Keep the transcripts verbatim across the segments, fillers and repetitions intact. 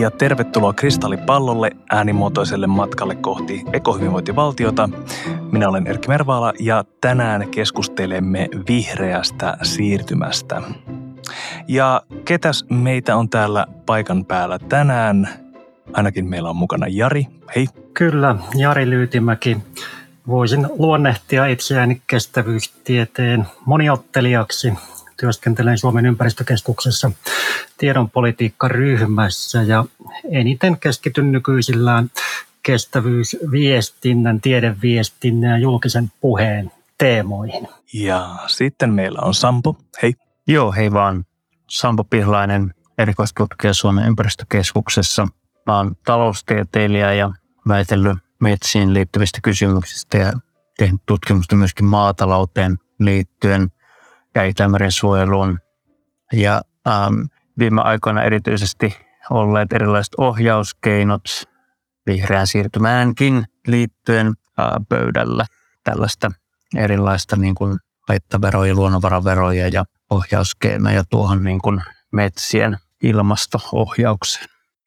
ja tervetuloa Kristallipallolle äänimuotoiselle matkalle kohti ekohyvinvointivaltiota. Minä olen Erkki Mervaala ja tänään keskustelemme vihreästä siirtymästä. Ja ketäs meitä on täällä paikan päällä tänään? Ainakin meillä on mukana Jari. Hei. Kyllä, Jari Lyytimäki. Voisin luonnehtia itseäni kestävyystieteen moniottelijaksi. Työskentelen Suomen ympäristökeskuksessa tiedonpolitiikkaryhmässä ja eniten keskityn nykyisillään kestävyysviestinnän, tiedeviestinnän ja julkisen puheen teemoihin. Ja sitten meillä on Sampo. Hei. Joo, hei vaan. Sampo Pihlainen, erikoistutkija Suomen ympäristökeskuksessa. Mä oon taloustieteilijä ja väitellyt metsiin liittyvistä kysymyksistä ja tehnyt tutkimusta myöskin maatalouteen liittyen ja Itämeren suojeluun. Ja ähm, viime aikoina erityisesti olleet erilaiset ohjauskeinot vihreään siirtymäänkin liittyen äh, pöydällä. Tällaista erilaista niin kuin haittaveroja, luonnonvaraveroja ja ohjauskeinoja tuohon niin kuin metsien ilmasto-ohjaukseen.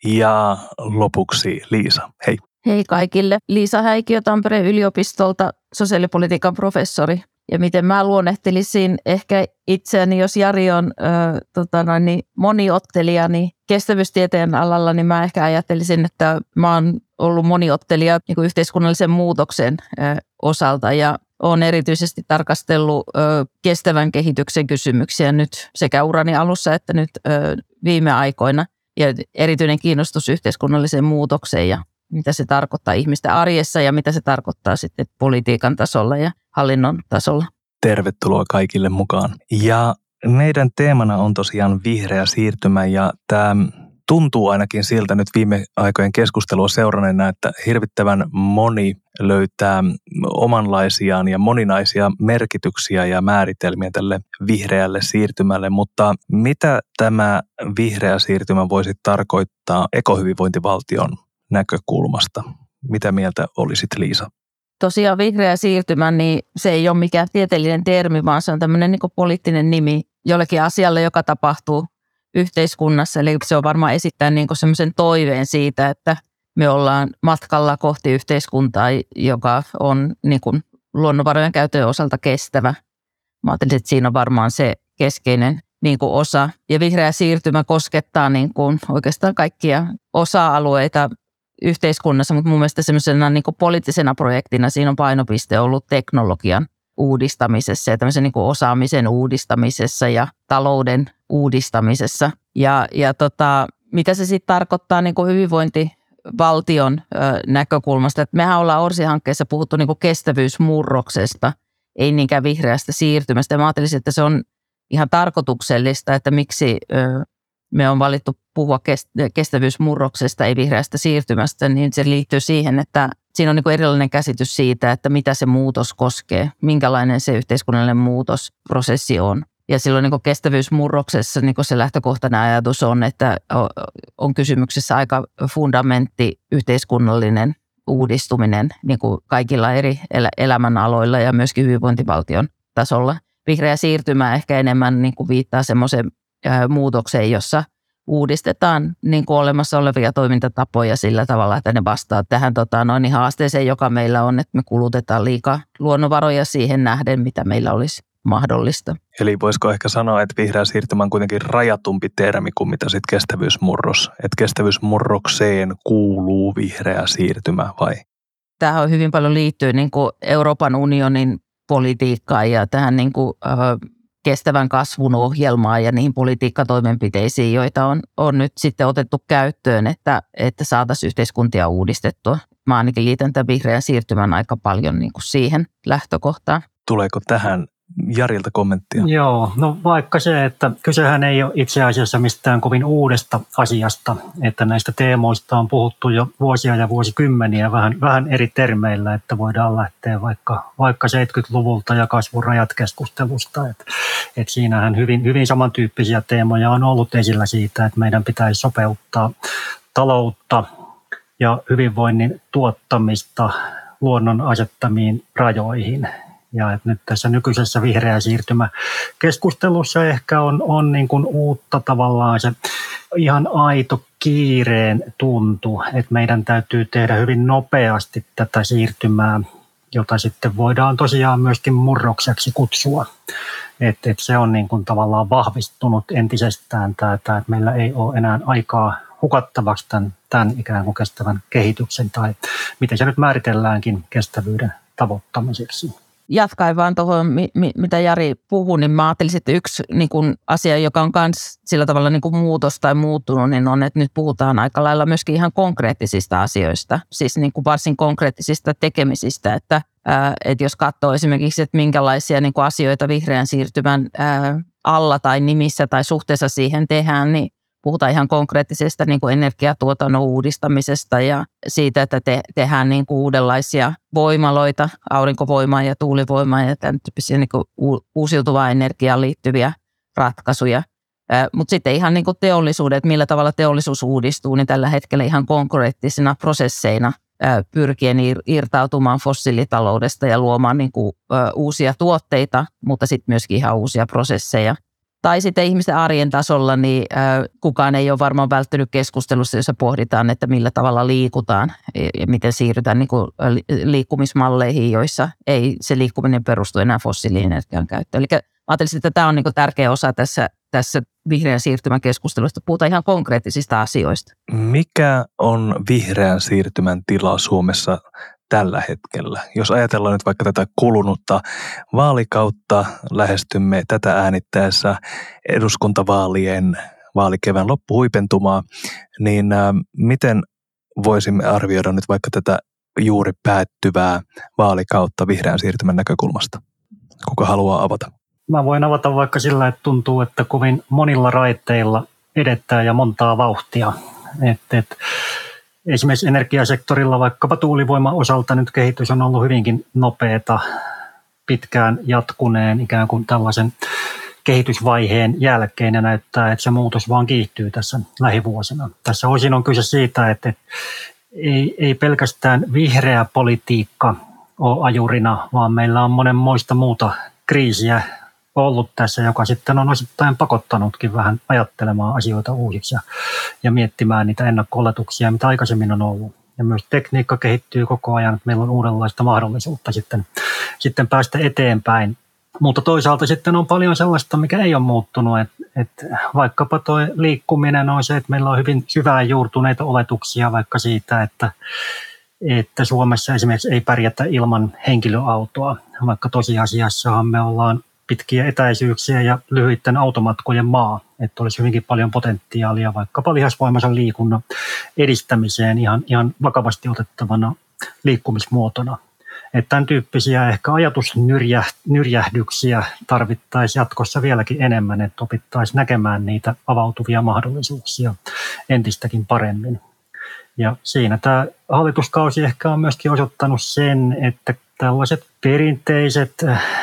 Ja lopuksi Liisa. Hei. Hei kaikille. Liisa Häikiö Tampereen yliopistolta, sosiaalipolitiikan professori. Ja miten mä luonnehtelisin ehkä itseäni, jos Jari on äh, tota noin, niin moniottelija, niin kestävyystieteen alalla, niin mä ehkä ajattelisin, että mä oon ollut moniottelija niin kuin yhteiskunnallisen muutoksen äh, osalta ja olen erityisesti tarkastellut äh, kestävän kehityksen kysymyksiä nyt sekä urani alussa että nyt äh, viime aikoina. Ja erityinen kiinnostus yhteiskunnalliseen muutokseen ja mitä se tarkoittaa ihmisten arjessa ja mitä se tarkoittaa sitten politiikan tasolla ja hallinnon tasolla. Tervetuloa kaikille mukaan. Ja meidän teemana on tosiaan vihreä siirtymä ja tämä tuntuu ainakin siltä nyt viime aikojen keskustelua seuranneena, että hirvittävän moni löytää omanlaisiaan ja moninaisia merkityksiä ja määritelmiä tälle vihreälle siirtymälle, mutta mitä tämä vihreä siirtymä voisi tarkoittaa ekohyvinvointivaltion näkökulmasta? Mitä mieltä olisit, Liisa? Tosiaan vihreä siirtymä, niin se ei ole mikään tieteellinen termi, vaan se on tämmöinen niin kuin poliittinen nimi jollekin asialle, joka tapahtuu yhteiskunnassa. Eli se on varmaan esittää niin kuin semmoisen toiveen siitä, että me ollaan matkalla kohti yhteiskuntaa, joka on niin kuin luonnonvarojen käytön osalta kestävä. Mä ajattelin, että siinä on varmaan se keskeinen niin kuin osa. Ja vihreä siirtymä koskettaa niin kuin oikeastaan kaikkia osa-alueita yhteiskunnassa, mutta mun mielestä semmoisena niin kuin poliittisena projektina siinä on painopiste ollut teknologian uudistamisessa ja tämmöisen niin kuin osaamisen uudistamisessa ja talouden uudistamisessa. Ja, ja tota, mitä se sitten tarkoittaa niin kuin hyvinvointivaltion ö, näkökulmasta, että mehän ollaan Orsi-hankkeessa puhuttu niin kuin kestävyysmurroksesta, ei niinkään vihreästä siirtymästä. Ja mä ajattelisin, että se on ihan tarkoituksellista, että miksi ö, me on valittu puhua kestävyysmurroksesta, ei vihreästä siirtymästä, niin se liittyy siihen, että siinä on niin kuin erilainen käsitys siitä, että mitä se muutos koskee, minkälainen se yhteiskunnallinen muutosprosessi on. Ja silloin niin kuin kestävyysmurroksessa niin kuin se lähtökohtainen ajatus on, että on kysymyksessä aika fundamentti yhteiskunnallinen uudistuminen niin kuin kaikilla eri elämänaloilla ja myöskin hyvinvointivaltion tasolla. Vihreä siirtymä ehkä enemmän niin kuin viittaa semmoiseen muutokseen, jossa uudistetaan niin kuin olemassa olevia toimintatapoja sillä tavalla, että ne vastaa tähän tota, noin haasteeseen, joka meillä on, että me kulutetaan liikaa luonnonvaroja siihen nähden, mitä meillä olisi mahdollista. Eli voisiko ehkä sanoa, että vihreä siirtymä on kuitenkin rajatumpi termi kuin mitä sitten kestävyysmurros? Että kestävyysmurrokseen kuuluu vihreä siirtymä vai? Tähän on hyvin paljon liittyy niin kuin Euroopan unionin politiikkaan ja tähän niin kuin, äh, kestävän kasvun ohjelmaan ja niihin politiikkatoimenpiteisiin, joita on, on nyt sitten otettu käyttöön, että, että saataisiin yhteiskuntia uudistettua. Mä ainakin liitän tämän vihreän siirtymän aika paljon niin kuin siihen lähtökohtaan. Tuleeko tähän Jarilta kommenttia? Joo, no vaikka se, että kysehän ei ole itse asiassa mistään kovin uudesta asiasta, että näistä teemoista on puhuttu jo vuosia ja vuosikymmeniä vähän, vähän eri termeillä, että voidaan lähteä vaikka, vaikka seitsemänkymmentäluvulta ja kasvun rajat keskustelusta. Että, että siinähän hyvin, hyvin samantyyppisiä teemoja on ollut esillä siitä, että meidän pitäisi sopeuttaa taloutta ja hyvinvoinnin tuottamista luonnon asettamiin rajoihin. Ja että nyt tässä nykyisessä vihreä siirtymäkeskustelussa ehkä on, on niin kuin uutta tavallaan se ihan aito kiireen tuntu, että meidän täytyy tehdä hyvin nopeasti tätä siirtymää, jota sitten voidaan tosiaan myöskin murrokseksi kutsua. Että et se on niin kuin tavallaan vahvistunut entisestään tämä, että meillä ei ole enää aikaa hukattavaksi tämän, tämän ikään kuin kestävän kehityksen tai miten se nyt määritelläänkin kestävyyden tavoittamiseksi. Jatkaen vaan tuohon, mitä Jari puhui, niin mä ajattelisin, että yksi niin kuin asia, joka on myös sillä tavalla niin kuin muutos tai muuttunut, niin on, että nyt puhutaan aika lailla myöskin ihan konkreettisista asioista, siis niin kuin varsin konkreettisista tekemisistä, että, ää, että jos katsoo esimerkiksi, että minkälaisia niin kuin asioita vihreän siirtymän ää, alla tai nimissä tai suhteessa siihen tehdään, niin puhutaan ihan konkreettisesta niin kuin energiatuotannon uudistamisesta ja siitä, että te, tehdään niin kuin uudenlaisia voimaloita, aurinkovoimaa ja tuulivoimaa ja tämän tyyppisiä niin kuin uusiutuvaan energiaan liittyviä ratkaisuja. Mutta sitten ihan niin kuin teollisuudet, millä tavalla teollisuus uudistuu, niin tällä hetkellä ihan konkreettisina prosesseina ää, pyrkien ir, irtautumaan fossiilitaloudesta ja luomaan niin kuin, ä, uusia tuotteita, mutta sitten myöskin ihan uusia prosesseja. Tai sitten ihmisten arjen tasolla, niin äh, kukaan ei ole varmaan välttynyt keskustelussa, jossa pohditaan, että millä tavalla liikutaan ja miten siirrytään niin kuin liikkumismalleihin, joissa ei se liikkuminen perustu enää fossiilienergian käyttöön. Eli ajattelisin, että tämä on niin kuin tärkeä osa tässä, tässä vihreän siirtymän keskustelusta. Puhutaan ihan konkreettisista asioista. Mikä on vihreän siirtymän tila Suomessa tällä hetkellä? Jos ajatellaan nyt vaikka tätä kulunutta vaalikautta, lähestymme tätä äänittäessä eduskuntavaalien vaalikevään loppuhuipentumaa, niin ä, miten voisimme arvioida nyt vaikka tätä juuri päättyvää vaalikautta vihreän siirtymän näkökulmasta? Kuka haluaa avata? Mä voin avata vaikka sillä, että tuntuu, että kovin monilla raiteilla edetään ja montaa vauhtia. Et, et, Esimerkiksi energiasektorilla vaikkapa tuulivoiman osalta nyt kehitys on ollut hyvinkin nopeata pitkään jatkuneen ikään kuin tällaisen kehitysvaiheen jälkeen ja näyttää, että se muutos vaan kiihtyy tässä lähivuosina. Tässä osin on kyse siitä, että ei, ei pelkästään vihreä politiikka ole ajurina, vaan meillä on monenmoista muuta kriisiä ollut tässä, joka sitten on osittain pakottanutkin vähän ajattelemaan asioita uusiksi ja, ja miettimään niitä ennakko-oletuksia, mitä aikaisemmin on ollut. Ja myös tekniikka kehittyy koko ajan, meillä on uudenlaista mahdollisuutta sitten, sitten päästä eteenpäin. Mutta toisaalta sitten on paljon sellaista, mikä ei ole muuttunut, että, että vaikkapa tuo liikkuminen on se, että meillä on hyvin syvään juurtuneita oletuksia vaikka siitä, että että Suomessa esimerkiksi ei pärjätä ilman henkilöautoa, vaikka tosiasiassahan me ollaan pitkiä etäisyyksiä ja lyhyiden automatkojen maa, että olisi hyvinkin paljon potentiaalia vaikkapa lihasvoimaisen liikunnan edistämiseen ihan, ihan vakavasti otettavana liikkumismuotona. Että tämän tyyppisiä ehkä ajatusnyrjähdyksiä tarvittaisiin jatkossa vieläkin enemmän, että opittaisiin näkemään niitä avautuvia mahdollisuuksia entistäkin paremmin. Ja siinä tämä hallituskausi ehkä on myöskin osoittanut sen, että tällaiset perinteiset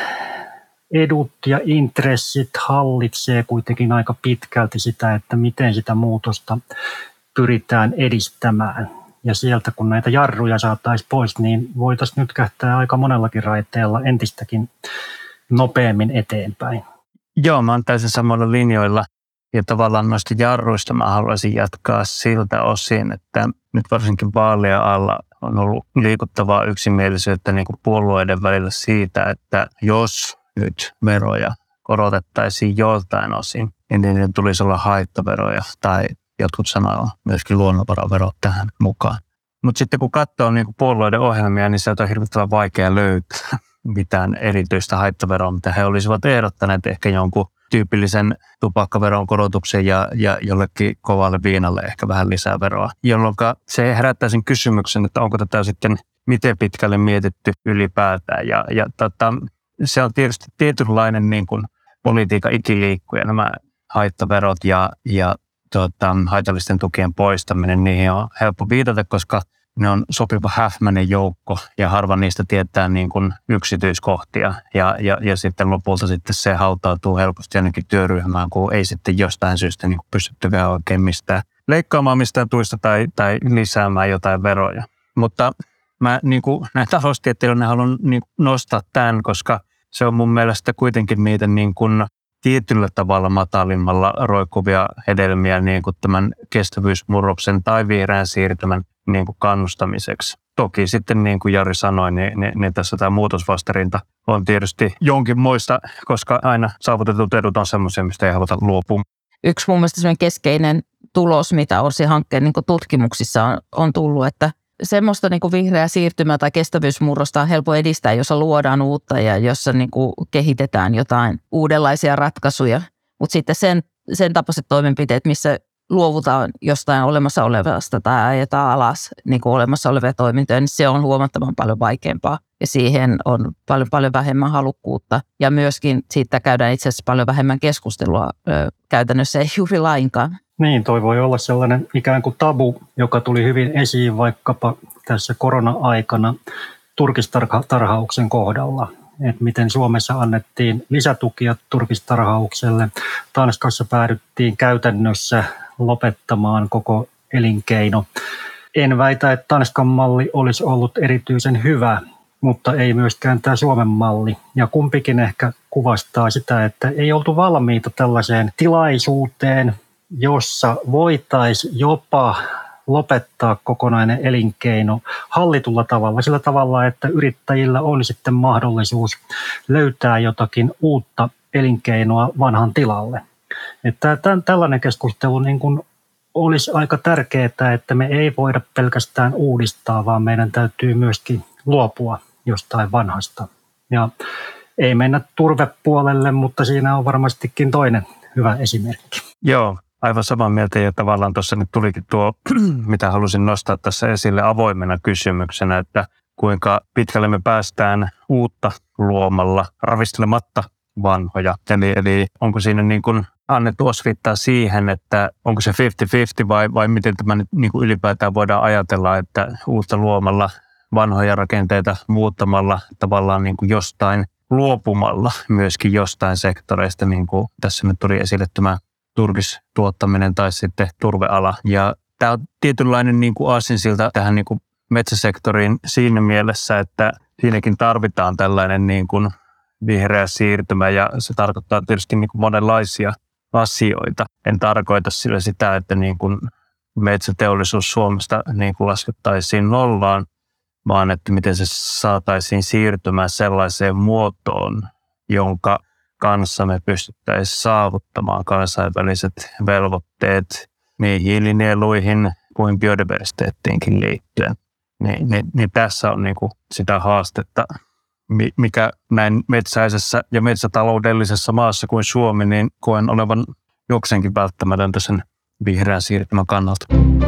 edut ja intressit hallitsee kuitenkin aika pitkälti sitä, että miten sitä muutosta pyritään edistämään. Ja sieltä kun näitä jarruja saataisiin pois, niin voitaisiin nyt kähtää aika monellakin raiteella entistäkin nopeammin eteenpäin. Joo, mä oon täysin samalla linjoilla. Ja tavallaan noista jarruista mä haluaisin jatkaa siltä osin, että nyt varsinkin vaalien alla on ollut liikuttavaa yksimielisyyttä niin kuin puolueiden välillä siitä, että jos nyt veroja korotettaisiin joltain osin, niin niiden tulisi olla haittaveroja tai jotkut sanoo myöskin luonnonvaraverot tähän mukaan. Mutta sitten kun katsoo niin kuin puolueiden ohjelmia, niin sieltä on hirvittävän vaikea löytää mitään erityistä haittaveroa, mitä he olisivat ehdottaneet ehkä jonkun tyypillisen tupakkaveron korotuksen ja, ja jollekin kovalle viinalle ehkä vähän lisää veroa, jolloin se herättää sen kysymyksen, että onko tätä sitten miten pitkälle mietitty ylipäätään. Ja, ja tota, se on tietysti tietynlainen niin kuin politiikan ikiliikkuja, nämä haittaverot ja, ja tota, haitallisten tukien poistaminen, niihin on helppo viitata, koska ne on sopiva häfmäinen joukko ja harva niistä tietää niin kuin yksityiskohtia ja, ja, ja sitten lopulta sitten se hautautuu helposti ainakin työryhmään, kun ei sitten jostain syystä niin pystytty vielä oikein mistään leikkaamaan mistään tuista tai, tai lisäämään jotain veroja. Mutta Mä niin kuin, näin taloustieteilijöinä haluan niin kuin, nostaa tämän, koska se on mun mielestä kuitenkin niitä niin kuin, tietyllä tavalla matalimmalla roikkuvia hedelmiä niin kuin tämän kestävyysmurroksen tai vihreän siirtymän niin kuin kannustamiseksi. Toki sitten niin kuin Jari sanoi, niin, niin, niin tässä tämä muutosvastarinta on tietysti jonkinmoista, koska aina saavutetut edut on semmoisia, mistä ei haluta luopua. Yksi mun mielestä semmoinen keskeinen tulos, mitä Orsi hankkeen niin kuin tutkimuksissa on, on tullut, että semmoista niin kuin vihreää siirtymää tai kestävyysmurrosta on helppo edistää, jossa luodaan uutta ja jossa niin kuin kehitetään jotain uudenlaisia ratkaisuja. Mutta sitten sen, sen tapaiset toimenpiteet, missä luovutaan jostain olemassa olevasta tai ajetaan alas niin kuin olemassa olevia toimintoja, niin se on huomattavan paljon vaikeampaa. Ja siihen on paljon, paljon vähemmän halukkuutta. Ja myöskin siitä käydään itse asiassa paljon vähemmän keskustelua. Ö, käytännössä ei juuri lainkaan. Niin, toi voi olla sellainen ikään kuin tabu, joka tuli hyvin esiin vaikkapa tässä korona-aikana turkistarhauksen kohdalla. Että miten Suomessa annettiin lisätukia turkistarhaukselle. Tanskassa päädyttiin käytännössä lopettamaan koko elinkeino. En väitä, että Tanskan malli olisi ollut erityisen hyvä, mutta ei myöskään tämä Suomen malli. Ja kumpikin ehkä kuvastaa sitä, että ei oltu valmiita tällaiseen tilaisuuteen, jossa voitaisiin jopa lopettaa kokonainen elinkeino hallitulla tavalla, sillä tavalla, että yrittäjillä on sitten mahdollisuus löytää jotakin uutta elinkeinoa vanhan tilalle. Että tämän, tällainen keskustelu niin kuin olisi aika tärkeää, että me ei voida pelkästään uudistaa, vaan meidän täytyy myöskin luopua jostain vanhasta. Ja ei mennä turvepuolelle, mutta siinä on varmastikin toinen hyvä esimerkki. Joo, aivan samaa mieltä ja tavallaan tuossa nyt tulikin tuo, mitä halusin nostaa tässä esille avoimena kysymyksenä, että kuinka pitkälle me päästään uutta luomalla, ravistelematta vanhoja. Eli, eli onko siinä niin kuin annettu osviittaa siihen, että onko se viisikymmentä viisikymmentä vai, vai miten tämä nyt niin kuin ylipäätään voidaan ajatella, että uutta luomalla, vanhoja rakenteita muuttamalla, tavallaan niin kuin jostain luopumalla myöskin jostain sektoreista, niin kuin tässä nyt tuli esille tämä turkistuottaminen tai sitten turveala. Ja tämä on tietynlainen niin kuin aasinsilta tähän niin kuin metsäsektoriin siinä mielessä, että siinäkin tarvitaan tällainen niin kuin vihreä siirtymä ja se tarkoittaa tietysti niin kuin monenlaisia asioita. En tarkoita sillä sitä, että niin kuin metsäteollisuus Suomesta niin kuin laskettaisiin nollaan, vaan että miten se saataisiin siirtymään sellaiseen muotoon, jonka kanssa me pystyttäisiin saavuttamaan kansainväliset velvoitteet niin hiilinieluihin kuin biodiversiteettiinkin liittyen. Niin, niin, niin tässä on niin kuin sitä haastetta, mikä näin metsäisessä ja metsätaloudellisessa maassa kuin Suomi, niin koen olevan jokseenkin välttämätöntä sen vihreän siirtymän kannalta.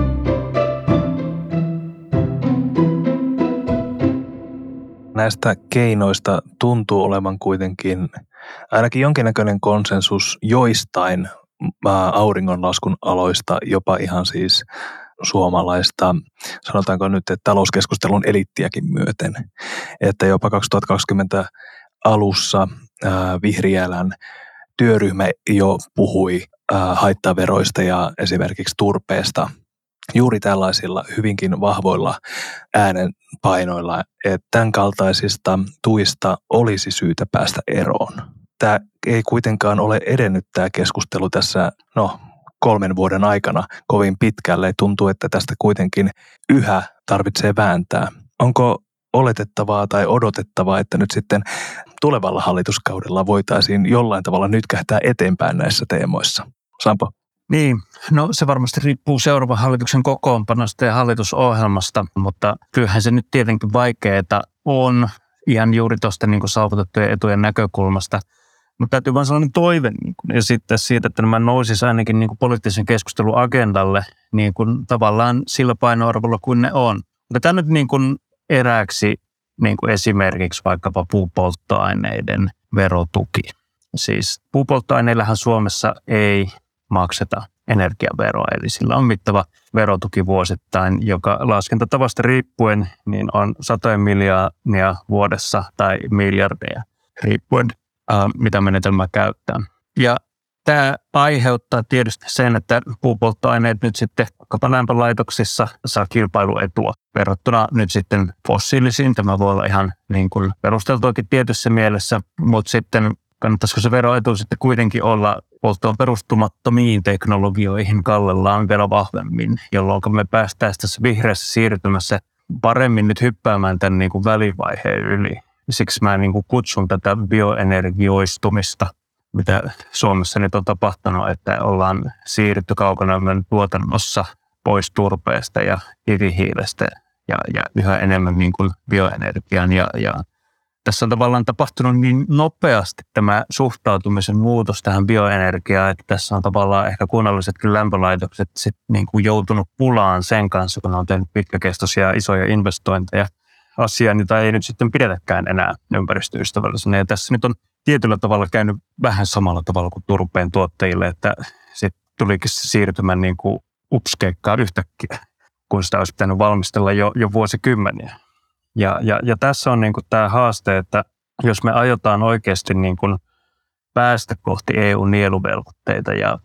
Näistä keinoista tuntuu olevan kuitenkin ainakin jonkinnäköinen konsensus joistain auringonlaskun aloista, jopa ihan siis suomalaista, sanotaanko nyt, että talouskeskustelun eliittiäkin myöten. Että jopa kaksituhattakaksikymmentä alussa ää, Vihriälän työryhmä jo puhui ää, haittaveroista ja esimerkiksi turpeesta juuri tällaisilla hyvinkin vahvoilla äänenpainoilla, että tämän kaltaisista tuista olisi syytä päästä eroon. Tämä ei kuitenkaan ole edennyt tämä keskustelu tässä, no kolmen vuoden aikana kovin pitkälle. Tuntuu, että tästä kuitenkin yhä tarvitsee vääntää. Onko oletettavaa tai odotettavaa, että nyt sitten tulevalla hallituskaudella voitaisiin jollain tavalla nytkähtää eteenpäin näissä teemoissa? Sampo? Niin, no se varmasti riippuu seuraavan hallituksen kokoonpanosta ja hallitusohjelmasta, mutta kyllähän se nyt tietenkin vaikeaa on ihan juuri tuosta niin kuin saavutettujen etujen näkökulmasta. Mutta täytyy vaan sellainen toive niin kun, ja sitten siitä, että nämä nousisi ainakin niin kuin poliittisen keskustelun agendalle niin kuin tavallaan sillä painoarvolla kuin ne on. Mutta tämä nyt niin kuin erääksi niin kuin esimerkiksi vaikkapa puupolttoaineiden verotuki. Siis puupolttoaineillähän Suomessa ei makseta energiaveroa, eli sillä on mittava verotuki vuosittain, joka laskentatavasta riippuen niin on satoja miljoonia vuodessa tai miljardeja riippuen, ää, mitä menetelmää käyttää. Ja Tämä aiheuttaa tietysti sen, että puupolttoaineet nyt sitten vaikkapa lämpölaitoksissa saa kilpailuetua verrattuna nyt sitten fossiilisiin. Tämä voi olla ihan niin kuin perusteltuakin tietyssä mielessä, mutta sitten kannattaisiko se veroetu sitten kuitenkin olla polttoon perustumattomiin teknologioihin kallellaan vielä vahvemmin, jolloin me päästään tässä vihreässä siirtymässä paremmin nyt hyppäämään tämän niin kuin välivaiheen yli. Siksi mä niin kuin kutsun tätä bioenergioistumista, mitä Suomessa nyt on tapahtunut, että ollaan siirrytty kaukolämmön tuotannossa pois turpeesta ja kivihiilestä ja, ja yhä enemmän niin kuin bioenergian. Ja, ja tässä on tavallaan tapahtunut niin nopeasti tämä suhtautumisen muutos tähän bioenergiaan, että tässä on tavallaan ehkä kunnallisetkin lämpölaitokset sit niin kuin joutunut pulaan sen kanssa, kun ne on tehnyt pitkäkestoisia isoja investointeja asiaan, jota ei nyt sitten pidetäkään enää ympäristöystävällisenä. Ja tässä nyt on tietyllä tavalla käynyt vähän samalla tavalla kuin turpeen tuottajille, että sitten tulikin siirtymään niin kuin upskeikkaa yhtäkkiä, kun sitä olisi pitänyt valmistella jo, jo vuosikymmeniä. Ja, ja, ja tässä on niin kuin tämä haaste, että jos me aiotaan oikeasti niin kuin päästä kohti E U-nieluvelvoitteita ja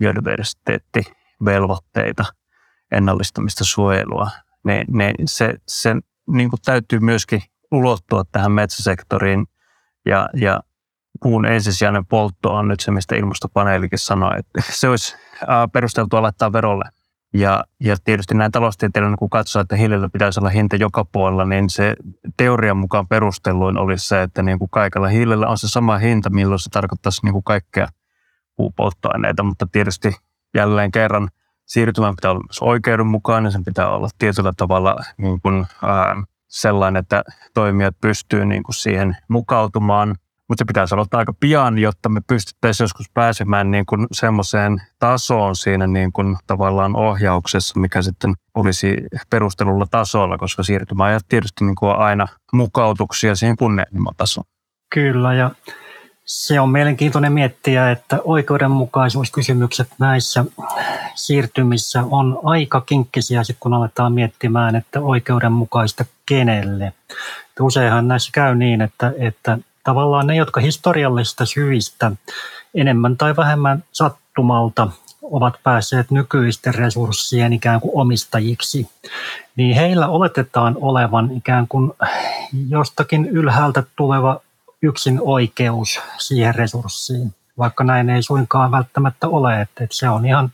biodiversiteettivelvoitteita, ennallistamista, suojelua, niin, niin se, se niin kuin täytyy myöskin ulottua tähän metsäsektoriin ja, ja puun ensisijainen poltto on nyt se, mistä ilmastopaneelikin sanoi, että se olisi perusteltua laittaa verolle. Ja, ja tietysti näin taloustieteilijöinä, kun katsoo, että hiilellä pitäisi olla hinta joka puolella, niin se teorian mukaan perustelluin olisi se, että niin kuin kaikella hiilellä on se sama hinta, milloin se tarkoittaisi niin kuin kaikkea puupolttoaineita. Mutta tietysti jälleen kerran siirtymän pitää olla myös oikeudenmukainen, sen pitää olla tietyllä tavalla niin kuin, ää, sellainen, että toimijat pystyy niin kuin siihen mukautumaan. Mutta se pitäisi aloittaa aika pian, jotta me pystyttäisiin joskus pääsemään niin kuin semmoiseen tasoon siinä niin kuin tavallaan ohjauksessa, mikä sitten olisi perustelulla tasolla, koska siirtymäajat tietysti niin kuin on aina mukautuksia siihen kunnianhimon tasoon. Kyllä, ja se on mielenkiintoinen miettiä, että oikeudenmukaisuuskysymykset näissä siirtymissä on aika kinkkisiä, sit kun aletaan miettimään, että oikeudenmukaista kenelle. Useinhan näissä käy niin, että, että tavallaan ne, jotka historiallisista syistä enemmän tai vähemmän sattumalta ovat päässeet nykyisten resurssien ikään kuin omistajiksi, niin heillä oletetaan olevan ikään kuin jostakin ylhäältä tuleva yksin oikeus siihen resurssiin, vaikka näin ei suinkaan välttämättä ole, että se on ihan,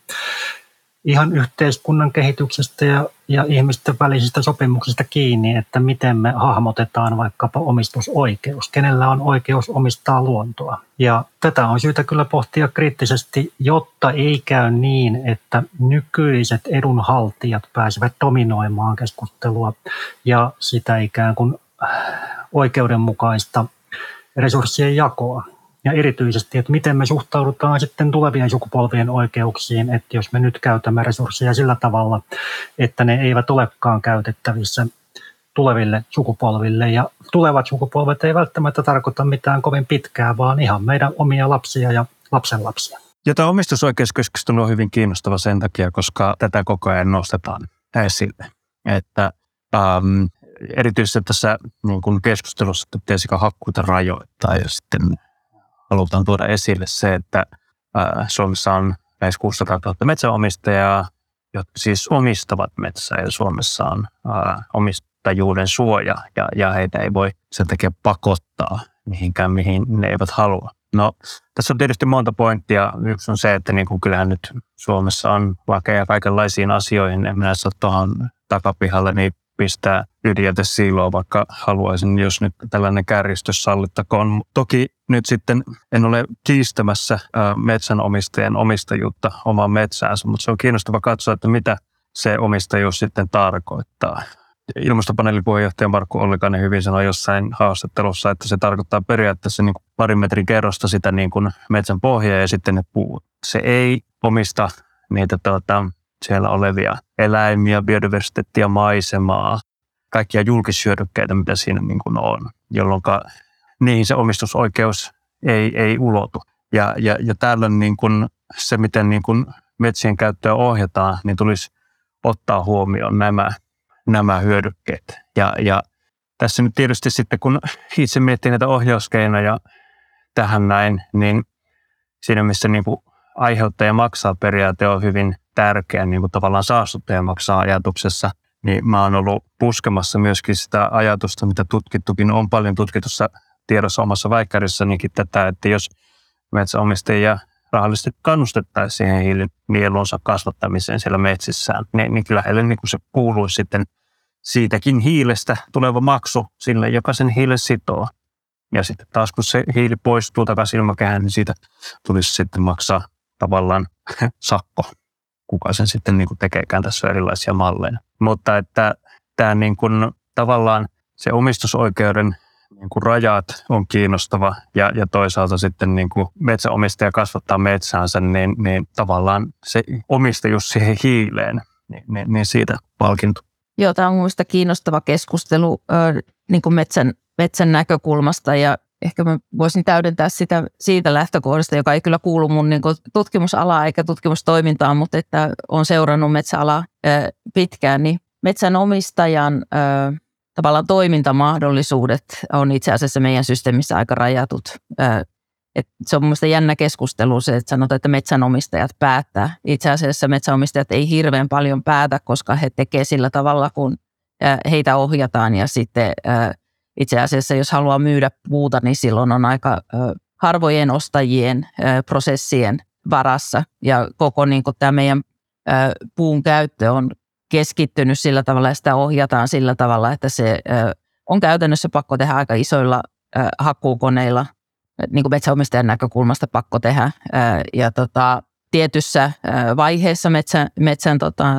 ihan yhteiskunnan kehityksestä ja, ja ihmisten välisistä sopimuksista kiinni, että miten me hahmotetaan vaikkapa omistusoikeus, kenellä on oikeus omistaa luontoa. Ja tätä on syytä kyllä pohtia kriittisesti, jotta ei käy niin, että nykyiset edunhaltijat pääsevät dominoimaan keskustelua ja sitä ikään kuin oikeudenmukaista resurssien jakoa. Ja erityisesti, että miten me suhtaudutaan sitten tulevien sukupolvien oikeuksiin, että jos me nyt käytämme resursseja sillä tavalla, että ne eivät olekaan käytettävissä tuleville sukupolville. Ja tulevat sukupolvet ei välttämättä tarkoita mitään kovin pitkää, vaan ihan meidän omia lapsia ja lapsenlapsia. Ja tämä omistusoikeuskeskustelu on hyvin kiinnostava sen takia, koska tätä koko ajan nostetaan esille. Että ähm, erityisesti tässä niin kun keskustelussa, että pitäisikö hakkuita rajoittaa ja sitten halutaan tuoda esille se, että ää, Suomessa on lähes kuusisataatuhatta metsäomistajaa, jotka siis omistavat metsää ja Suomessa on ää, omistajuuden suoja ja, ja heitä ei voi sen takia pakottaa mihinkään, mihin ne eivät halua. No, tässä on tietysti monta pointtia. Yksi on se, että niin kuin kyllähän nyt Suomessa on lakeja kaikenlaisiin asioihin. En minä saa tuohon takapihalle niin pistää ydinjätesiiloa, vaikka haluaisin, jos nyt tällainen kärjistys sallittakoon. Toki nyt sitten en ole kiistämässä metsänomistajien omistajuutta omaan metsäänsä, mutta se on kiinnostava katsoa, että mitä se omistajuus sitten tarkoittaa. Ilmastopaneelin puheenjohtaja Markku Ollikainen hyvin sanoi jossain haastattelussa, että se tarkoittaa periaatteessa niin kuin parin metrin kerrosta sitä niin kuin metsän pohjaa ja sitten ne puut. Se ei omista niitä tuota, siellä olevia eläimiä, biodiversiteettiä, maisemaa, kaikkia julkishyödykkeitä, mitä siinä niin kuin on, jolloin niihin se omistusoikeus ei, ei ulotu. Ja, ja, ja tällöin niin kuin se, miten niin kuin metsien käyttöä ohjataan, niin tulisi ottaa huomioon nämä, nämä hyödykkeet. Ja, ja tässä nyt tietysti sitten, kun itse miettii näitä ohjauskeinoja tähän näin, niin siinä missä niin kuin aiheuttaja maksaa periaate on hyvin tärkeä, niin kuin tavallaan saastuttaja maksaa ajatuksessa, niin mä oon ollut puskemassa myöskin sitä ajatusta, mitä tutkittukin on paljon tutkitussa tiedossa omassa väikkärissanikin tätä, että jos metsäomistajia rahallisesti kannustettaisiin siihen hiilinielunsa kasvattamiseen siellä metsissään, niin, niin kyllä heille niin kuin se kuuluisi sitten siitäkin hiilestä tuleva maksu sille, joka sen hiilen sitoo. Ja sitten taas kun se hiili poistuu takaisin ilmakehään, niin siitä tulisi sitten maksaa tavallaan sakko, kuka sen sitten niin kuin tekeekään. Tässä on erilaisia malleja. Mutta että tämä niin kuin, tavallaan se omistusoikeuden niin kuin rajat on kiinnostava ja, ja toisaalta sitten niin kuin metsäomistaja kasvattaa metsäänsä, niin, niin tavallaan se omistajuus siihen hiileen, niin, niin, niin siitä palkinto. Joo, tämä on mielestäni kiinnostava keskustelu äh, niin kuin metsän, metsän näkökulmasta ja ehkä mä voisin täydentää sitä siitä lähtökohdasta, joka ei kyllä kuulu mun niin kuin tutkimusalaa eikä tutkimustoimintaan, mutta että olen seurannut metsäalaa äh, pitkään, niin metsänomistajan äh, tavallaan toimintamahdollisuudet on itse asiassa meidän systeemissä aika rajatut. Äh, Et se on mun mielestä jännä keskustelu se, että sanotaan, että metsänomistajat päättää. Itse asiassa metsänomistajat ei hirveän paljon päätä, koska he tekevät sillä tavalla, kun heitä ohjataan. Ja sitten itse asiassa, jos haluaa myydä puuta, niin silloin on aika harvojen ostajien prosessien varassa. Ja koko niin kuin tämä meidän puun käyttö on keskittynyt sillä tavalla, ja sitä ohjataan sillä tavalla, että se on käytännössä pakko tehdä aika isoilla hakkuukoneilla, niin kuin metsäomistajan näkökulmasta pakko tehdä. Ja tota, tietyssä vaiheessa metsän, metsän tota,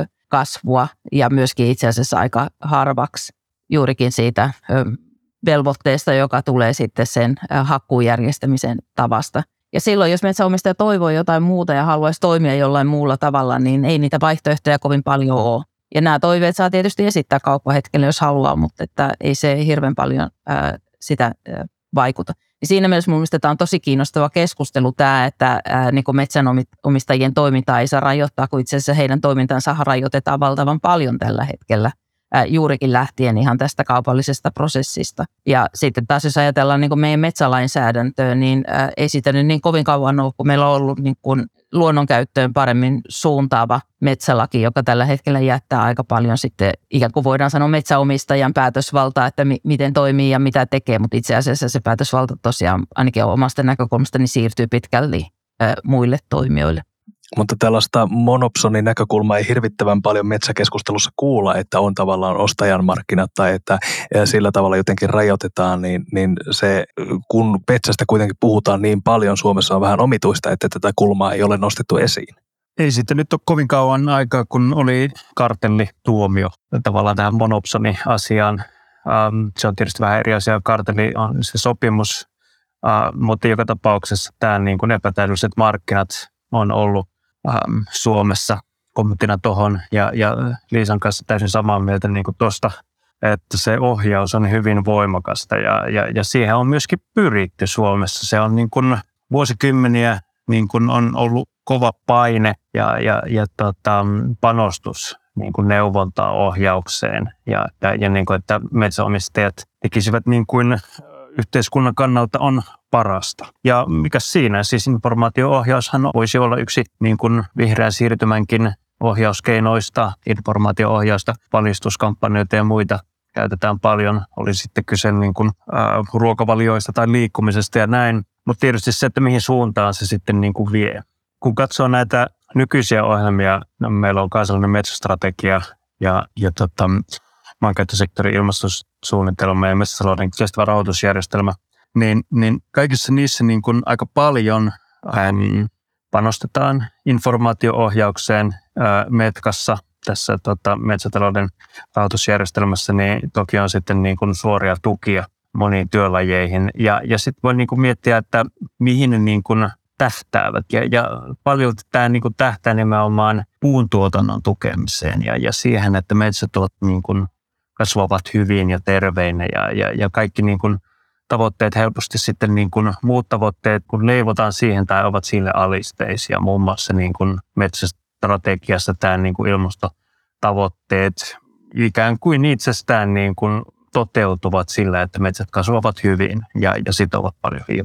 kasvua ja myöskin itse asiassa aika harvaksi juurikin siitä velvoitteesta, joka tulee sitten sen hakkuun järjestämisen tavasta. Ja silloin, jos metsäomistaja toivoo jotain muuta ja haluaisi toimia jollain muulla tavalla, niin ei niitä vaihtoehtoja kovin paljon ole. Ja nämä toiveet saa tietysti esittää kauppahetkellä, jos haluaa, mutta että ei se hirveän paljon ää, sitä ää, vaikuta. Ja siinä mielessä mun mielestä tämä on tosi kiinnostava keskustelu tämä, että ää, niin kuin metsänomistajien toimintaa ei saa rajoittaa, kun itse asiassa heidän toimintansa rajoitetaan valtavan paljon tällä hetkellä. Juurikin lähtien ihan tästä kaupallisesta prosessista. Ja sitten taas jos ajatellaan niin kuin meidän metsälainsäädäntöä, niin ei siitä nyt niin kovin kauan ole, kun meillä on ollut niin kuin luonnonkäyttöön paremmin suuntaava metsälaki, joka tällä hetkellä jättää aika paljon sitten ikään kuin voidaan sanoa metsäomistajan päätösvaltaa, että mi- miten toimii ja mitä tekee, mutta itse asiassa se päätösvalta tosiaan ainakin omasta näkökulmasta niin siirtyy pitkälti äh, muille toimijoille. Mutta tällaista monopsonin näkökulmaa ei hirvittävän paljon metsäkeskustelussa kuulla, että on tavallaan ostajan markkinat tai että sillä tavalla jotenkin rajoitetaan, niin, niin se, kun metsästä kuitenkin puhutaan niin paljon, Suomessa on vähän omituista, että tätä kulmaa ei ole nostettu esiin. Ei sitten nyt ole kovin kauan aikaa, kun oli kartellituomio tavallaan tähän monopsoni-asiaan. Ähm, se on tietysti vähän eri asia, kartelli on se sopimus, äh, mutta joka tapauksessa tämä niin kuin epätäydelliset markkinat on ollut ähm, Suomessa kommenttina tuohon ja, ja Liisan kanssa täysin samaa mieltä niin kuin tuosta, että se ohjaus on hyvin voimakasta ja, ja, ja siihen on myöskin pyritty Suomessa. Se on niin kuin vuosikymmeniä niin kuin on ollut kova paine ja, ja, ja tota, panostus niin kuin neuvontaa ohjaukseen ja, ja, ja niin kuin, että metsäomistajat tekisivät niin kuin yhteiskunnan kannalta on parasta. Ja mikä siinä? Siis informaatio-ohjaushan voisi olla yksi niin kuin vihreän siirtymänkin ohjauskeinoista, informaatio-ohjausta, valistuskampanjoita ja muita käytetään paljon. Oli sitten kyse niin kuin, äh, ruokavalioista tai liikkumisesta ja näin. Mutta tietysti se, että mihin suuntaan se sitten niin kuin vie. Kun katsoo näitä nykyisiä ohjelmia, no meillä on kansallinen metsästrategia ja, ja tota, maankäyttösektorin ilmastosuunnitelma ja metsätalouden kestävä rahoitusjärjestelmä, niin, niin kaikissa niissä niin kuin aika paljon ähm, panostetaan informaatio-ohjaukseen äh, Metkassa. Tässä tota, metsätalouden rahoitusjärjestelmässä niin toki on sitten niin kuin suoria tukia moniin työlajeihin. Ja, ja sitten voi niin kuin miettiä, että mihin ne niin kuin tähtäävät. Ja, ja paljon tämä niin kuin tähtää nimenomaan puuntuotannon tukemiseen ja, ja siihen, että metsätuot niin kuin kasvavat hyvin ja terveinä ja, ja, ja kaikki niin kuin tavoitteet helposti sitten niin kuin muut tavoitteet, kun leivotaan siihen tai ovat sille alisteisia. Muun muassa niin kuin metsästrategiassa tämä niin kuin ilmastotavoitteet ikään kuin itsestään niin kuin toteutuvat sillä, että metsät kasvavat hyvin ja, ja sitovat paljon hiiltä.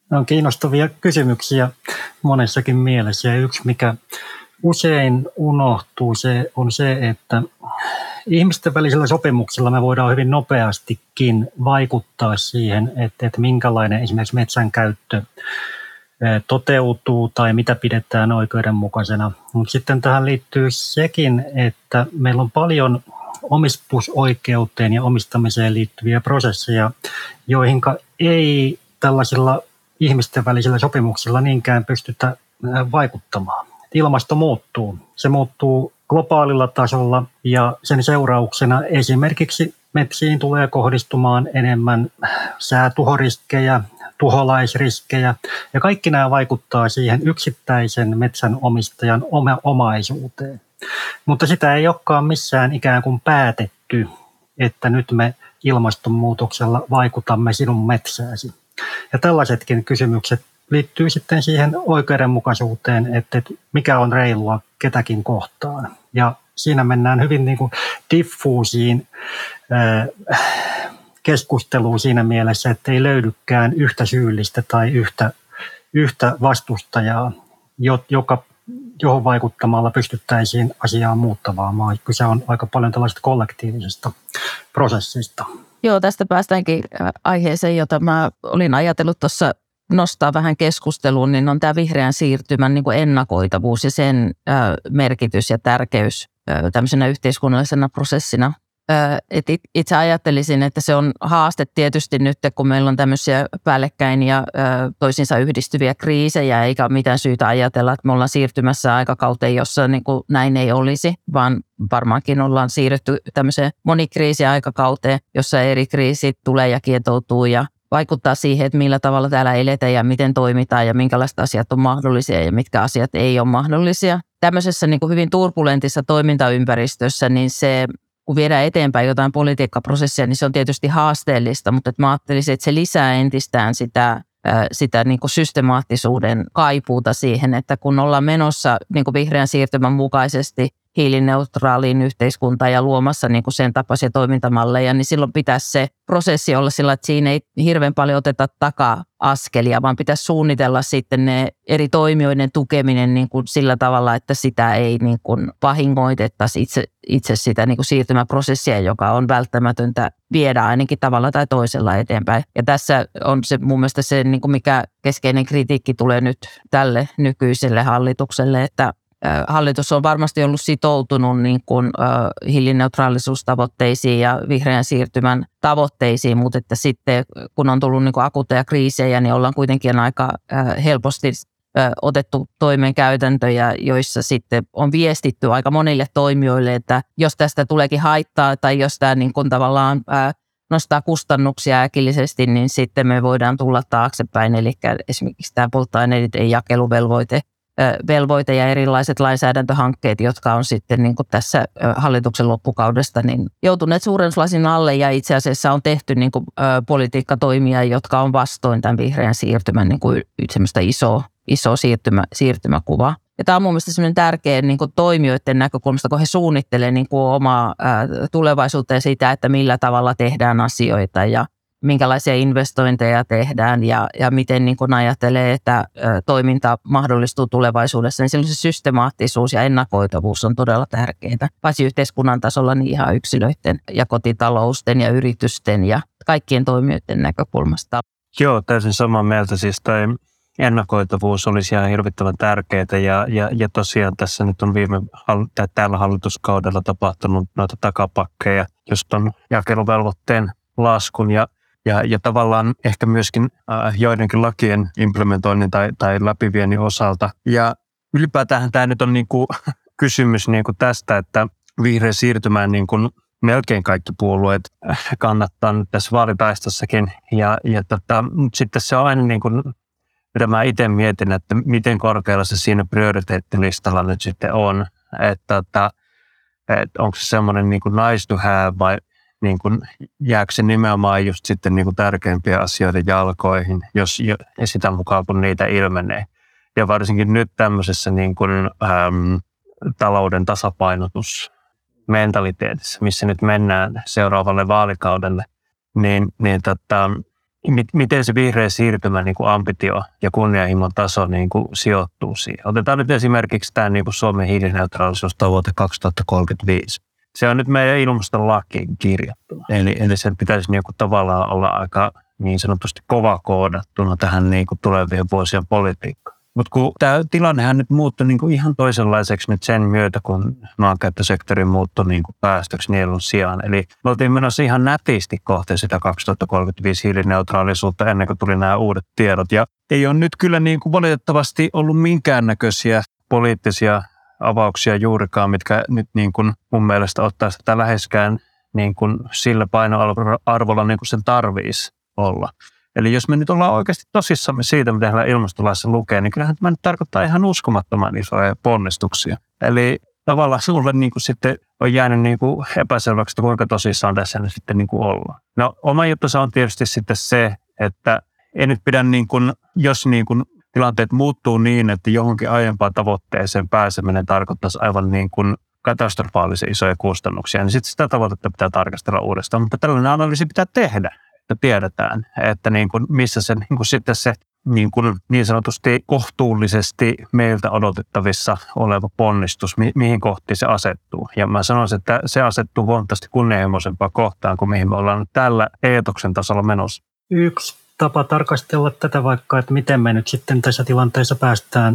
Ne on kiinnostavia kysymyksiä monessakin mielessä ja yksi, mikä usein unohtuu, se on se, että ihmisten välisillä sopimuksilla me voidaan hyvin nopeastikin vaikuttaa siihen, että, että minkälainen esimerkiksi metsän käyttö toteutuu tai mitä pidetään oikeudenmukaisena. Mutta sitten tähän liittyy sekin, että meillä on paljon omistusoikeuteen ja omistamiseen liittyviä prosesseja, joihin ei tällaisilla ihmisten välisillä sopimuksilla niinkään pystytä vaikuttamaan. Ilmasto muuttuu. Se muuttuu globaalilla tasolla ja sen seurauksena esimerkiksi metsiin tulee kohdistumaan enemmän säätuhoriskejä, tuholaisriskejä ja kaikki nämä vaikuttaa siihen yksittäisen metsänomistajan oma- omaisuuteen. Mutta sitä ei olekaan missään ikään kuin päätetty, että nyt me ilmastonmuutoksella vaikutamme sinun metsääsi. Ja tällaisetkin kysymykset liittyy sitten siihen oikeudenmukaisuuteen, että mikä on reilua ketäkin kohtaan. Ja siinä mennään hyvin niin kuin diffuusiin äh, keskusteluun siinä mielessä, että ei löydykään yhtä syyllistä tai yhtä, yhtä vastustajaa, joka, johon vaikuttamalla pystyttäisiin asiaa muuttamaan. Kyse on aika paljon tällaista kollektiivisesta prosessista. Joo, tästä päästäänkin aiheeseen, jota mä olin ajatellut tuossa nostaa vähän keskusteluun, niin on tämä vihreän siirtymän niin kuin ennakoitavuus ja sen ö, merkitys ja tärkeys ö, tämmöisenä yhteiskunnallisena prosessina. Ö, et itse ajattelisin, että se on haaste tietysti nyt, kun meillä on tämmöisiä päällekkäin ja ö, toisiinsa yhdistyviä kriisejä, eikä ole mitään syytä ajatella, että me ollaan siirtymässä aikakauteen, jossa niin kuin näin ei olisi, vaan varmaankin ollaan siirrytty tämmöiseen monikriisiaikakauteen, jossa eri kriisit tulee ja kietoutuu ja vaikuttaa siihen, että millä tavalla täällä eletään ja miten toimitaan ja minkälaiset asiat on mahdollisia ja mitkä asiat ei ole mahdollisia. Tämmöisessä niin kuin hyvin turbulentissa toimintaympäristössä, niin se, kun viedään eteenpäin jotain politiikkaprosessia, niin se on tietysti haasteellista, mutta mä ajattelisin, että se lisää entistään sitä, sitä niin kuin systemaattisuuden kaipuuta siihen, että kun ollaan menossa niin kuin vihreän siirtymän mukaisesti hiilineutraaliin yhteiskuntaan ja luomassa niin kuin sen tapaisia toimintamalleja, niin silloin pitäisi se prosessi olla sillä, että siinä ei hirveän paljon oteta taka-askelia, vaan pitäisi suunnitella sitten ne eri toimijoiden tukeminen niin kuin sillä tavalla, että sitä ei niin kuin vahingoitettaisi itse, itse sitä niin kuin siirtymäprosessia, joka on välttämätöntä viedä ainakin tavalla tai toisella eteenpäin. Ja tässä on se mun mielestä se, niin kuin mikä keskeinen kritiikki tulee nyt tälle nykyiselle hallitukselle, että hallitus on varmasti ollut sitoutunut niin kuin, äh, hiilineutraalisuustavoitteisiin ja vihreän siirtymän tavoitteisiin, mutta että sitten kun on tullut niin kuin akuutteja kriisejä, niin ollaan kuitenkin aika äh, helposti äh, otettu toimeen käytäntöjä, joissa sitten on viestitty aika monille toimijoille, että jos tästä tuleekin haittaa tai jos tämä niin kuin tavallaan äh, nostaa kustannuksia äkillisesti, niin sitten me voidaan tulla taaksepäin, eli esimerkiksi tämä polttoaineiden jakeluvelvoite, velvoite ja erilaiset lainsäädäntöhankkeet, jotka on sitten niin kuin tässä hallituksen loppukaudesta niin joutuneet suurennuslasin alle ja itse asiassa on tehty niin kuin, ä, politiikkatoimia, jotka on vastoin tämän vihreän siirtymän niin kuin semmoista isoa, isoa siirtymä, siirtymäkuvaa. Ja tämä on mun mielestä semmoinen tärkeä niin kuin toimijoiden näkökulmasta, kun he suunnittelevat niin kuin omaa ä, tulevaisuutta ja sitä, että millä tavalla tehdään asioita ja minkälaisia investointeja tehdään ja, ja miten niin kun ajattelee, että ä, toiminta mahdollistuu tulevaisuudessa, niin silloin se systemaattisuus ja ennakoitavuus on todella tärkeää. Paitsi yhteiskunnan tasolla, niin ihan yksilöiden ja kotitalousten ja yritysten ja kaikkien toimijoiden näkökulmasta. Joo, täysin samaa mieltä. Siis toi ennakoitavuus olisi ihan hirvittävän tärkeää ja, ja, ja tosiaan tässä nyt on viime tällä hallituskaudella tapahtunut noita takapakkeja, just on jakeluvelvoitteen laskun ja Ja, ja tavallaan ehkä myöskin äh, joidenkin lakien implementoinnin tai, tai läpiviennin osalta. Ja ylipäätään tämä nyt on niinku kysymys niinku tästä, että vihreä siirtymään niinku melkein kaikki puolueet kannattaa nyt tässä vaalitaistossakin. Ja, ja tota, sitten se on aina, niinku, mitä mä itse mietin, että miten korkealla se siinä prioriteettilistalla nyt sitten on. Että, että, että onko se semmoinen niinku nice to have vai niin kuin jääkö se nimenomaan just sitten niin kuin tärkeimpien asioiden jalkoihin, jos ja sitä mukaan kun niitä ilmenee. Ja varsinkin nyt tämmöisessä niin kuin, äm, talouden tasapainotusmentaliteetissa, missä nyt mennään seuraavalle vaalikaudelle, niin, niin tota, miten se vihreä siirtymä niin kuin ambitio ja kunnianhimon taso niin kuin sijoittuu siihen. Otetaan nyt esimerkiksi tämä niin kuin Suomen hiilineutraalisuustavoite kaksituhattakolmekymmentäviisi. Se on nyt meidän ilmastolakiin kirjattuna. Eli, eli sen pitäisi niin kuin tavallaan olla aika niin sanotusti kova koodattuna tähän niin kuin tulevien vuosien politiikkaan. Mutta kun tämä tilannehan nyt muuttui niin kuin ihan toisenlaiseksi nyt sen myötä, kun maankäyttösektori muuttui niin kuin päästöksi nielun sijaan. Eli me oltiin menossa ihan nätisti kohti sitä kaksituhattakolmekymmentäviisi hiilineutraalisuutta ennen kuin tuli nämä uudet tiedot. Ja ei ole nyt kyllä niin kuin valitettavasti ollut minkäännäköisiä poliittisia avauksia juurikaan, mitkä nyt niin kuin mun mielestä ottaa sitä läheskään niin kuin sillä painoarvolla niin kuin sen tarvitsisi olla. Eli jos me nyt ollaan oikeasti tosissamme siitä, mitä täällä ilmastolaissa lukee, niin kyllähän tämä nyt tarkoittaa ihan uskomattoman isoja ponnistuksia. Eli tavallaan sulle niin kuin sitten on jäänyt niin kuin epäselväksi, että kuinka tosissaan tässä nyt sitten niin kuin ollaan. No oma juttusa on tietysti sitten se, että ei nyt pidä, niin kuin, jos niin kuin tilanteet muuttuu niin, että johonkin aiempaan tavoitteeseen pääseminen tarkoittaisi aivan niin kuin katastrofaalisen isoja kustannuksia, niin sitten sitä tavoitetta pitää tarkastella uudestaan. Mutta tällainen analyysi pitää tehdä, että tiedetään, että niin kuin missä se niin kuin sitten se niin, kuin niin sanotusti kohtuullisesti meiltä odotettavissa oleva ponnistus, mi- mihin kohtiin se asettuu. Ja mä sanoisin, että se asettuu huomattavasti kunnianhimoisempaan kohtaan kuin mihin me ollaan tällä eetoksen tasolla menossa. Yksi tapa tarkastella tätä vaikka, että miten me nyt sitten tässä tilanteessa päästään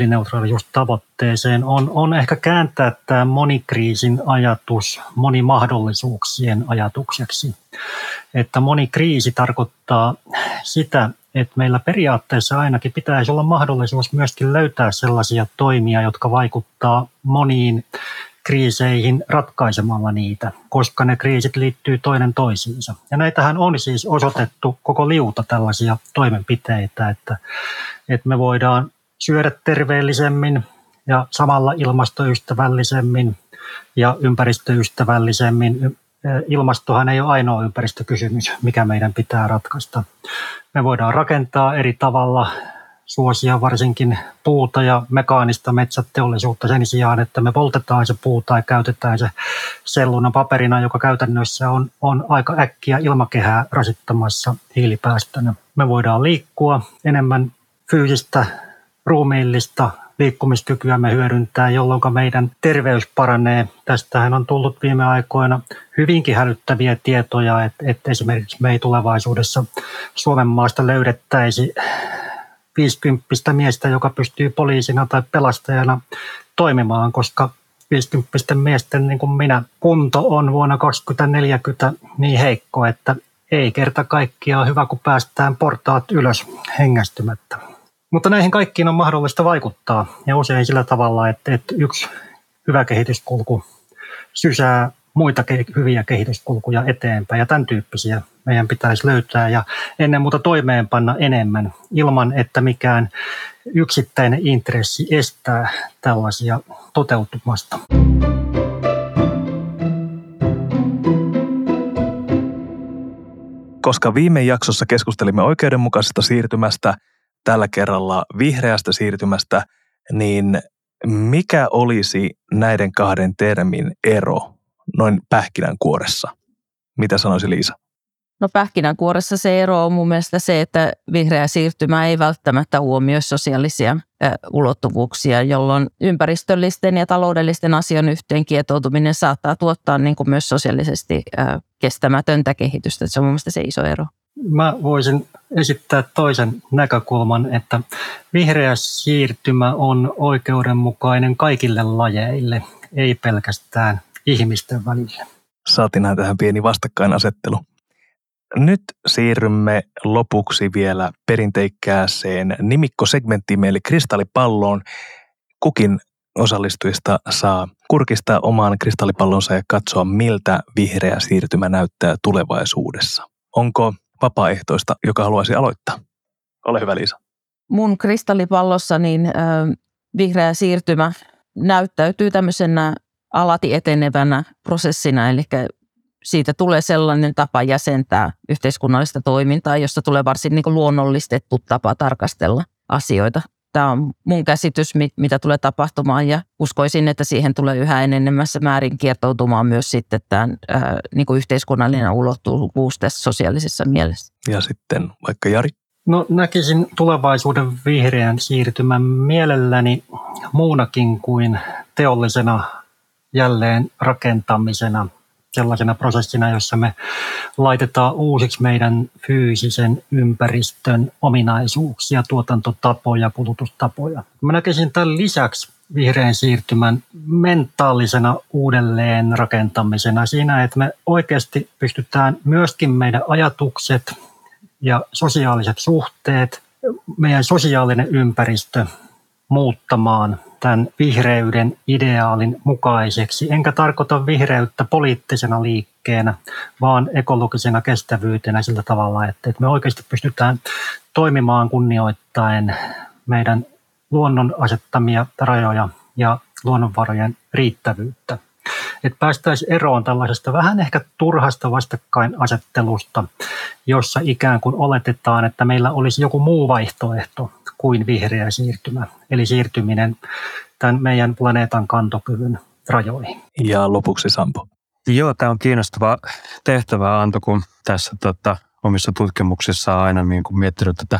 hiilineutraaliustavoitteeseen, on, on ehkä kääntää tämä monikriisin ajatus monimahdollisuuksien ajatukseksi. Että monikriisi tarkoittaa sitä, että meillä periaatteessa ainakin pitäisi olla mahdollisuus myöskin löytää sellaisia toimia, jotka vaikuttaa moniin kriiseihin ratkaisemalla niitä, koska ne kriisit liittyy toinen toisiinsa. Ja näitähän on siis osoitettu koko liuta tällaisia toimenpiteitä, että, että me voidaan syödä terveellisemmin ja samalla ilmastoystävällisemmin ja ympäristöystävällisemmin. Ilmastohan ei ole ainoa ympäristökysymys, mikä meidän pitää ratkaista. Me voidaan rakentaa eri tavalla, suosia varsinkin puuta ja mekaanista metsäteollisuutta sen sijaan, että me poltetaan se puu tai käytetään se selluna paperina, joka käytännössä on, on aika äkkiä ilmakehää rasittamassa hiilipäästönä. Me voidaan liikkua enemmän fyysistä, ruumiillista liikkumiskykyä me hyödyntää, jolloin meidän terveys paranee. Tästähän on tullut viime aikoina hyvinkin hälyttäviä tietoja, että, että esimerkiksi me ei tulevaisuudessa Suomen maasta löydettäisi viisikymppistä miestä, joka pystyy poliisina tai pelastajana toimimaan, koska viisikymppisten miesten niin kuin minä kunto on vuonna kaksituhattaneljäkymmentä niin heikko, että ei kerta kaikkiaan hyvä, kun päästään portaat ylös hengästymättä. Mutta näihin kaikkiin on mahdollista vaikuttaa ja usein sillä tavalla, että, että yksi hyvä kehityskulku sysää muita ke- hyviä kehityskulkuja eteenpäin ja tämän tyyppisiä meidän pitäisi löytää ja ennen muuta toimeenpanna enemmän ilman, että mikään yksittäinen intressi estää tällaisia toteutumasta. Koska viime jaksossa keskustelimme oikeudenmukaisesta siirtymästä, tällä kerralla vihreästä siirtymästä, niin mikä olisi näiden kahden termin ero noin pähkinänkuoressa? Mitä sanoisi Liisa? No pähkinänkuoressa se ero on mun mielestä se, että vihreä siirtymä ei välttämättä huomioi sosiaalisia äh, ulottuvuuksia, jolloin ympäristöllisten ja taloudellisten asioiden yhteen kietoutuminen saattaa tuottaa niin kuin myös sosiaalisesti äh, kestämätöntä kehitystä. Se on mun mielestä se iso ero. Mä voisin esittää toisen näkökulman, että vihreä siirtymä on oikeudenmukainen kaikille lajeille, ei pelkästään ihmisten välillä. Saatiin tähän pieni vastakkainasettelu. Nyt siirrymme lopuksi vielä perinteikkääseen nimikkosegmenttiin eli kristallipalloon. Kukin osallistujista saa kurkistaa omaan kristallipallonsa ja katsoa, miltä vihreä siirtymä näyttää tulevaisuudessa. Onko vapaaehtoista, joka haluaisi aloittaa? Ole hyvä, Liisa. Mun kristallipallossa niin, äh, vihreä siirtymä näyttäytyy tämmöisenä alati etenevänä prosessina, eli siitä tulee sellainen tapa jäsentää yhteiskunnallista toimintaa, josta tulee varsin niin kuin luonnollistettu tapa tarkastella asioita. Tämä on mun käsitys, mitä tulee tapahtumaan ja uskoisin, että siihen tulee yhä enenemässä määrin kiertoutumaan myös sitten tämän ää, niin kuin yhteiskunnallinen ulottuvuus tässä sosiaalisessa mielessä. Ja sitten vaikka Jari? No näkisin tulevaisuuden vihreän siirtymän mielelläni muunakin kuin teollisena jälleen rakentamisena, sellaisena prosessina, jossa me laitetaan uusiksi meidän fyysisen ympäristön ominaisuuksia, tuotantotapoja, kulutustapoja. Mä näkisin tämän lisäksi vihreän siirtymän mentaalisena uudelleen rakentamisena siinä, että me oikeasti pystytään myöskin meidän ajatukset ja sosiaaliset suhteet, meidän sosiaalinen ympäristö muuttamaan tämän vihreyden ideaalin mukaiseksi. Enkä tarkoita vihreyttä poliittisena liikkeenä, vaan ekologisena kestävyytenä sillä tavalla, että me oikeasti pystytään toimimaan kunnioittaen meidän luonnon asettamia rajoja ja luonnonvarojen riittävyyttä. Että päästäisiin eroon tällaisesta vähän ehkä turhasta vastakkainasettelusta, jossa ikään kuin oletetaan, että meillä olisi joku muu vaihtoehto kuin vihreä siirtymä, eli siirtyminen tämän meidän planeetan kantokyvyn rajoihin. Ja lopuksi Sampo. Joo, tämä on kiinnostava tehtävä, Anto, kun tässä tota, omissa tutkimuksissa on aina niin kuin miettinyt tätä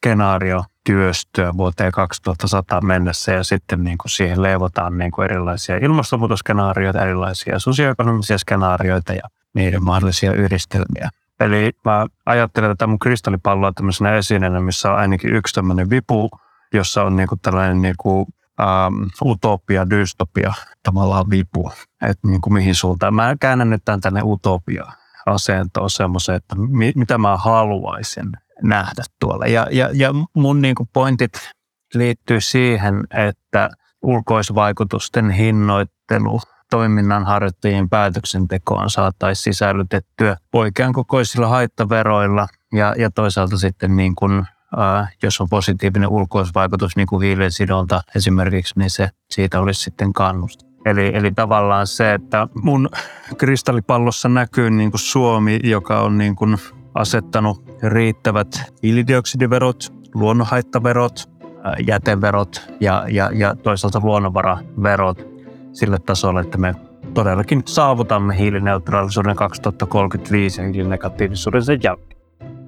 skenaariotyöstöä vuoteen kaksituhattasata mennessä ja sitten niin kuin siihen leivotaan niin kuin erilaisia ilmastonmuutoskenaarioita, erilaisia sosioekonomisia skenaarioita ja niiden mahdollisia yhdistelmiä. Eli mä ajattelen tätä mun kristallipalloa tämmöisenä esineenä, missä on ainakin yksi tämmöinen vipu, jossa on niin kuin tällainen niin kuin, ähm, utopia, dystopia, tavallaan vipu, että niin kuin mihin suuntaan. Mä käännän nyt tämän tänne utopia-asentoon semmoisen, että mi- mitä mä haluaisin nähdä tuolla. Ja, ja, ja mun niin kuin pointit liittyy siihen, että ulkoisvaikutusten hinnoittelu toiminnan harjoittajien päätöksentekoon saataisiin sisällytettyä oikean kokoisilla haittaveroilla ja, ja toisaalta sitten niin kuin, ää, jos on positiivinen ulkoisvaikutus niin kuin hiilensidonta esimerkiksi, niin se siitä olisi sitten kannusta. Eli, eli tavallaan se, että mun kristallipallossa näkyy niin kuin Suomi, joka on niin kuin asettanut riittävät hiilidioksidiverot, luonnonhaittaverot, ää, jäteverot ja, ja, ja toisaalta luonnonvaraverot sille tasolle, että me todellakin saavutamme hiilineutraalisuuden kaksituhattakolmekymmentäviisi ja hiilinegatiivisuuden sen jälkeen.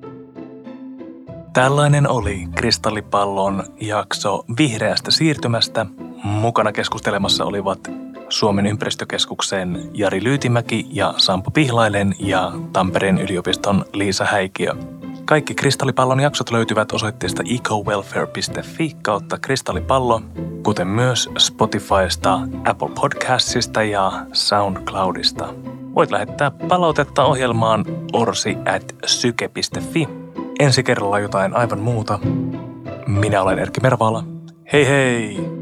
Tällainen oli Kristallipallon jakso vihreästä siirtymästä. Mukana keskustelemassa olivat Suomen ympäristökeskuksen Jari Lyytimäki ja Sampo Pihlainen ja Tampereen yliopiston Liisa Häikiö. Kaikki Kristallipallon jaksot löytyvät osoitteesta ecowelfare piste fi kautta kristallipallo, kuten myös Spotifysta, Apple Podcastsista ja SoundCloudista. Voit lähettää palautetta ohjelmaan orsi at syke piste fi. Ensi kerralla jotain aivan muuta. Minä olen Erkki Mervala. Hei hei!